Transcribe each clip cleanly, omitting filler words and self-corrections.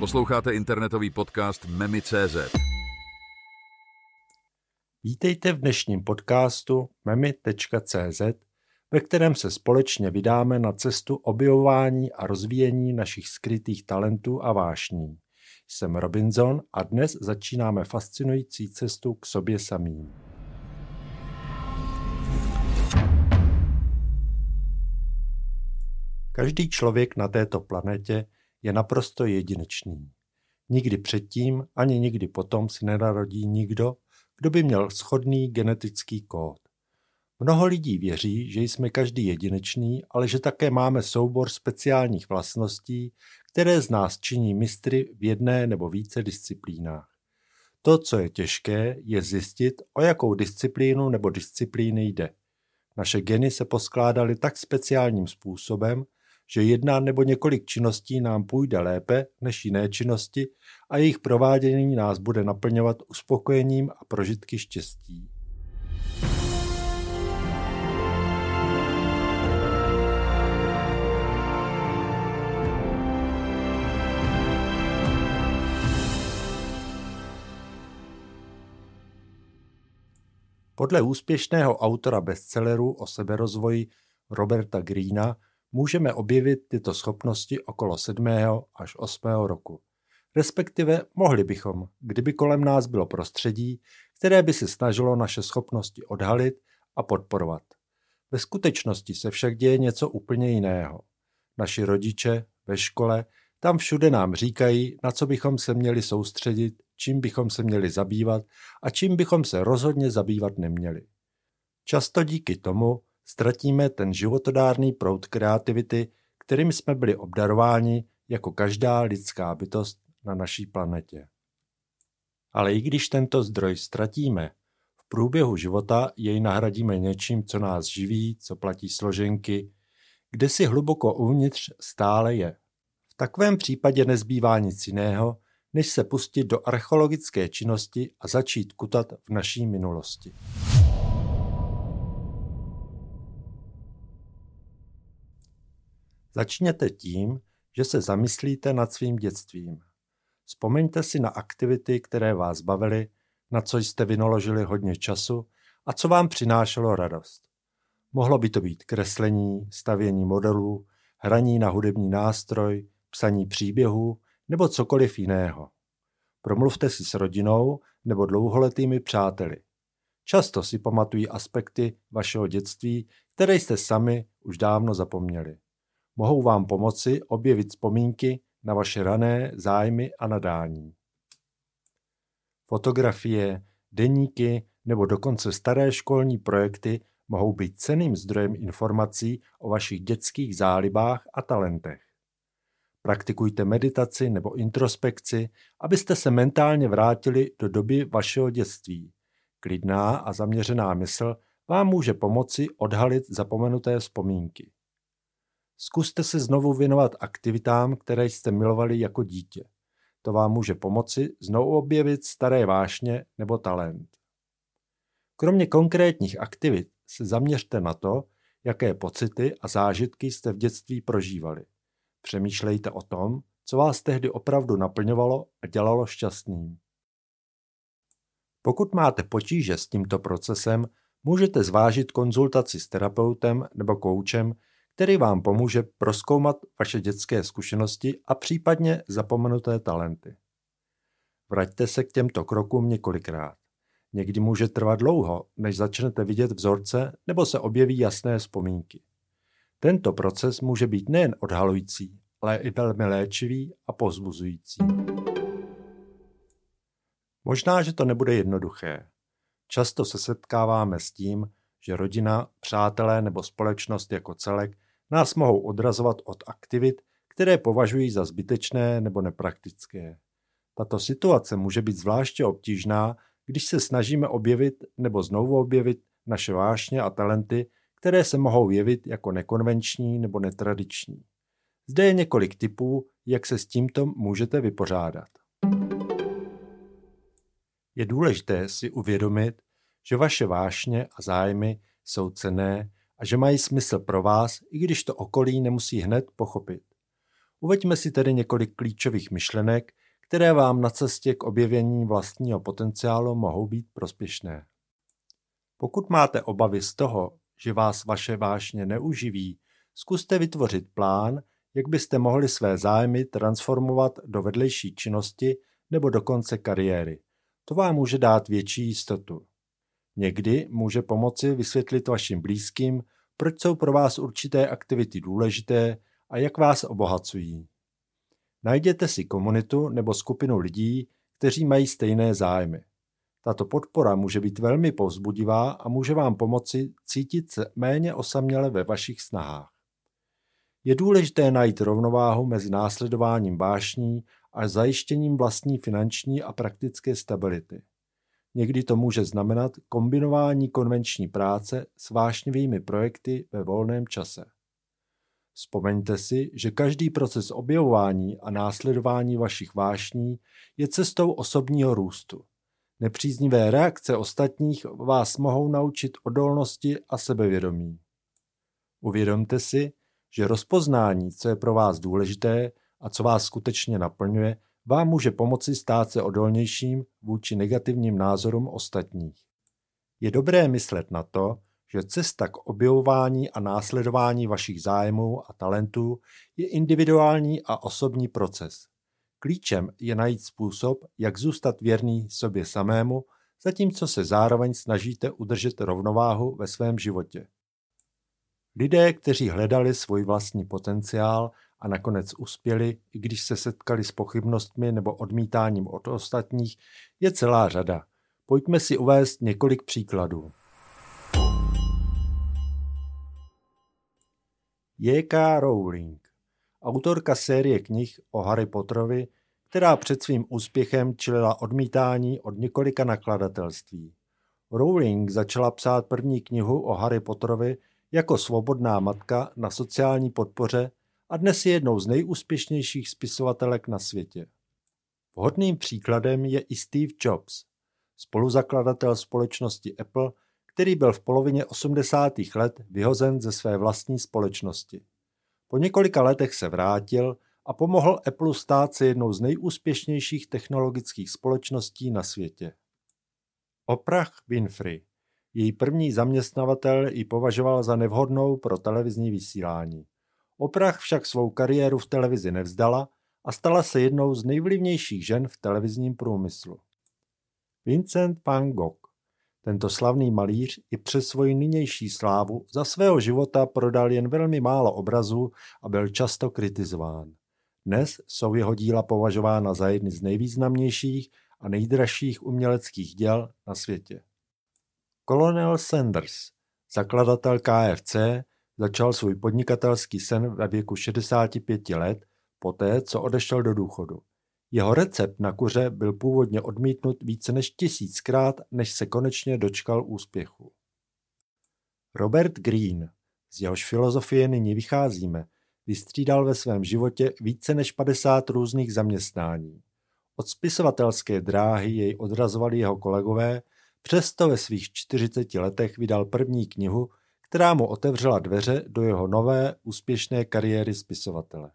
Posloucháte internetový podcast Memi.cz. Vítejte v dnešním podcastu Memi.cz, ve kterém se společně vydáme na cestu objevování a rozvíjení našich skrytých talentů a vášní. Jsem Robinson a dnes začínáme fascinující cestu k sobě samým. Každý člověk na této planetě je naprosto jedinečný. Nikdy předtím ani nikdy potom si nenarodí nikdo, kdo by měl shodný genetický kód. Mnoho lidí věří, že jsme každý jedinečný, ale že také máme soubor speciálních vlastností, které z nás činí mistry v jedné nebo více disciplínách. To, co je těžké, je zjistit, o jakou disciplínu nebo disciplíny jde. Naše geny se poskládaly tak speciálním způsobem, že jedna nebo několik činností nám půjde lépe než jiné činnosti a jejich provádění nás bude naplňovat uspokojením a prožitky štěstí. Podle úspěšného autora bestselleru o seberozvoji Roberta Greena můžeme objevit tyto schopnosti okolo 7. až 8. roku. Respektive mohli bychom, kdyby kolem nás bylo prostředí, které by se snažilo naše schopnosti odhalit a podporovat. Ve skutečnosti se však děje něco úplně jiného. Naši rodiče, ve škole, tam všude nám říkají, na co bychom se měli soustředit, čím bychom se měli zabývat a čím bychom se rozhodně zabývat neměli. Často díky tomu ztratíme ten životodárný proud kreativity, kterým jsme byli obdarováni jako každá lidská bytost na naší planetě. Ale i když tento zdroj ztratíme, v průběhu života jej nahradíme něčím, co nás živí, co platí složenky, kde si hluboko uvnitř stále je. V takovém případě nezbývá nic jiného, než se pustit do archeologické činnosti a začít kutat v naší minulosti. Začněte tím, že se zamyslíte nad svým dětstvím. Vzpomeňte si na aktivity, které vás bavily, na co jste vynaložili hodně času a co vám přinášelo radost. Mohlo by to být kreslení, stavění modelů, hraní na hudební nástroj, psaní příběhů nebo cokoliv jiného. Promluvte si s rodinou nebo dlouholetými přáteli. Často si pamatují aspekty vašeho dětství, které jste sami už dávno zapomněli. Mohou vám pomoci objevit vzpomínky na vaše rané zájmy a nadání. Fotografie, deníky nebo dokonce staré školní projekty mohou být cenným zdrojem informací o vašich dětských zálibách a talentech. Praktikujte meditaci nebo introspekci, abyste se mentálně vrátili do doby vašeho dětství. Klidná a zaměřená mysl vám může pomoci odhalit zapomenuté vzpomínky. Zkuste se znovu věnovat aktivitám, které jste milovali jako dítě. To vám může pomoci znovu objevit staré vášně nebo talent. Kromě konkrétních aktivit se zaměřte na to, jaké pocity a zážitky jste v dětství prožívali. Přemýšlejte o tom, co vás tehdy opravdu naplňovalo a dělalo šťastným. Pokud máte potíže s tímto procesem, můžete zvážit konzultaci s terapeutem nebo koučem, který vám pomůže prozkoumat vaše dětské zkušenosti a případně zapomenuté talenty. Vraťte se k těmto krokům několikrát. Někdy může trvat dlouho, než začnete vidět vzorce nebo se objeví jasné vzpomínky. Tento proces může být nejen odhalující, ale i velmi léčivý a povzbuzující. Možná, že to nebude jednoduché. Často se setkáváme s tím, že rodina, přátelé nebo společnost jako celek nás mohou odrazovat od aktivit, které považují za zbytečné nebo nepraktické. Tato situace může být zvláště obtížná, když se snažíme objevit nebo znovu objevit naše vášně a talenty, které se mohou jevit jako nekonvenční nebo netradiční. Zde je několik tipů, jak se s tímto můžete vypořádat. Je důležité si uvědomit, že vaše vášně a zájmy jsou cenné a že mají smysl pro vás, i když to okolí nemusí hned pochopit. Uveďme si tedy několik klíčových myšlenek, které vám na cestě k objevení vlastního potenciálu mohou být prospěšné. Pokud máte obavy z toho, že vás vaše vášně neuživí, zkuste vytvořit plán, jak byste mohli své zájmy transformovat do vedlejší činnosti nebo dokonce kariéry. To vám může dát větší jistotu. Někdy může pomoci vysvětlit vašim blízkým, proč jsou pro vás určité aktivity důležité a jak vás obohacují. Najděte si komunitu nebo skupinu lidí, kteří mají stejné zájmy. Tato podpora může být velmi povzbudivá a může vám pomoci cítit se méně osaměle ve vašich snahách. Je důležité najít rovnováhu mezi následováním vášní a zajištěním vlastní finanční a praktické stability. Někdy to může znamenat kombinování konvenční práce s vášnivými projekty ve volném čase. Vzpomeňte si, že každý proces objevování a následování vašich vášní je cestou osobního růstu. Nepříznivé reakce ostatních vás mohou naučit odolnosti a sebevědomí. Uvědomte si, že rozpoznání, co je pro vás důležité a co vás skutečně naplňuje, vám může pomoci stát se odolnějším vůči negativním názorům ostatních. Je dobré myslet na to, že cesta k objevování a následování vašich zájmů a talentů je individuální a osobní proces. Klíčem je najít způsob, jak zůstat věrný sobě samému, zatímco se zároveň snažíte udržet rovnováhu ve svém životě. Lidé, kteří hledali svůj vlastní potenciál a nakonec uspěli, i když se setkali s pochybnostmi nebo odmítáním od ostatních, je celá řada. Pojďme si uvést několik příkladů. J.K. Rowling, autorka série knih o Harry Potterovi, která před svým úspěchem čelila odmítání od několika nakladatelství. Rowling začala psát první knihu o Harry Potterovi jako svobodná matka na sociální podpoře a dnes je jednou z nejúspěšnějších spisovatelek na světě. Vhodným příkladem je i Steve Jobs, spoluzakladatel společnosti Apple, který byl v polovině 80. let vyhozen ze své vlastní společnosti. Po několika letech se vrátil a pomohl Apple stát se jednou z nejúspěšnějších technologických společností na světě. Oprah Winfrey. Její první zaměstnavatel ji považoval za nevhodnou pro televizní vysílání. Oprah však svou kariéru v televizi nevzdala a stala se jednou z nejvlivnějších žen v televizním průmyslu. Vincent van Gogh. Tento slavný malíř i přes svoji nynější slávu za svého života prodal jen velmi málo obrazů a byl často kritizován. Dnes jsou jeho díla považována za jedny z nejvýznamnějších a nejdražších uměleckých děl na světě. Colonel Sanders, zakladatel KFC, začal svůj podnikatelský sen ve věku 65 let, poté co odešel do důchodu. Jeho recept na kuře byl původně odmítnut více než 1000krát, než se konečně dočkal úspěchu. Robert Greene, z jehož filozofie nyní vycházíme, vystřídal ve svém životě více než 50 různých zaměstnání. Od spisovatelské dráhy jej odrazovali jeho kolegové, přesto ve svých 40 letech vydal první knihu, která mu otevřela dveře do jeho nové úspěšné kariéry spisovatele.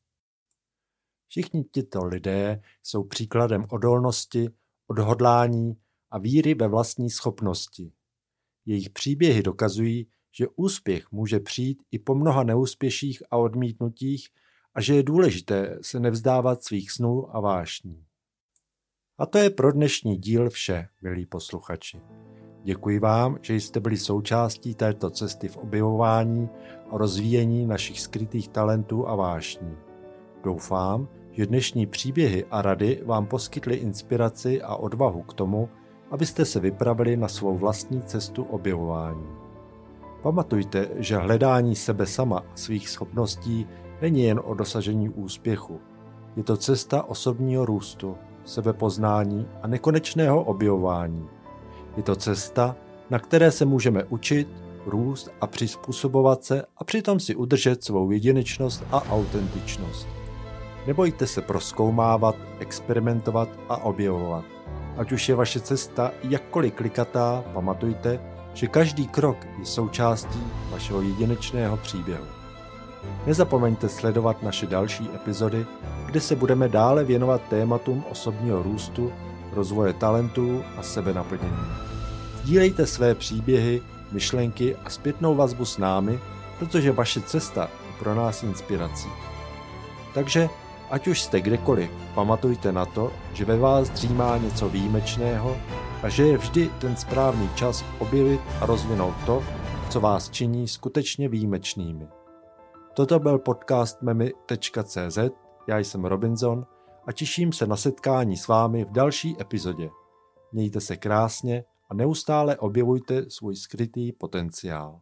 Všichni tito lidé jsou příkladem odolnosti, odhodlání a víry ve vlastní schopnosti. Jejich příběhy dokazují, že úspěch může přijít i po mnoha neúspěších a odmítnutích a že je důležité se nevzdávat svých snů a vášní. A to je pro dnešní díl vše, milí posluchači. Děkuji vám, že jste byli součástí této cesty v objevování a rozvíjení našich skrytých talentů a vášní. Doufám, že dnešní příběhy a rady vám poskytly inspiraci a odvahu k tomu, abyste se vypravili na svou vlastní cestu objevování. Pamatujte, že hledání sebe sama a svých schopností není jen o dosažení úspěchu. Je to cesta osobního růstu, sebepoznání a nekonečného objevování. Je to cesta, na které se můžeme učit, růst a přizpůsobovat se a přitom si udržet svou jedinečnost a autentičnost. Nebojte se prozkoumávat, experimentovat a objevovat. Ať už je vaše cesta jakkoliv klikatá, pamatujte, že každý krok je součástí vašeho jedinečného příběhu. Nezapomeňte sledovat naše další epizody, kde se budeme dále věnovat tématům osobního růstu, rozvoje talentů a sebenaplnění. Sdílejte své příběhy, myšlenky a zpětnou vazbu s námi, protože vaše cesta je pro nás inspirací. Takže, ať už jste kdekoliv, pamatujte na to, že ve vás dřímá něco výjimečného a že je vždy ten správný čas objevit a rozvinout to, co vás činí skutečně výjimečnými. Toto byl podcast memy.cz, já jsem Robinson a těším se na setkání s vámi v další epizodě. Mějte se krásně a neustále objevujte svůj skrytý potenciál.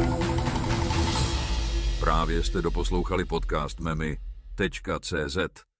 Právě jste doposlouchali podcast memy.cz.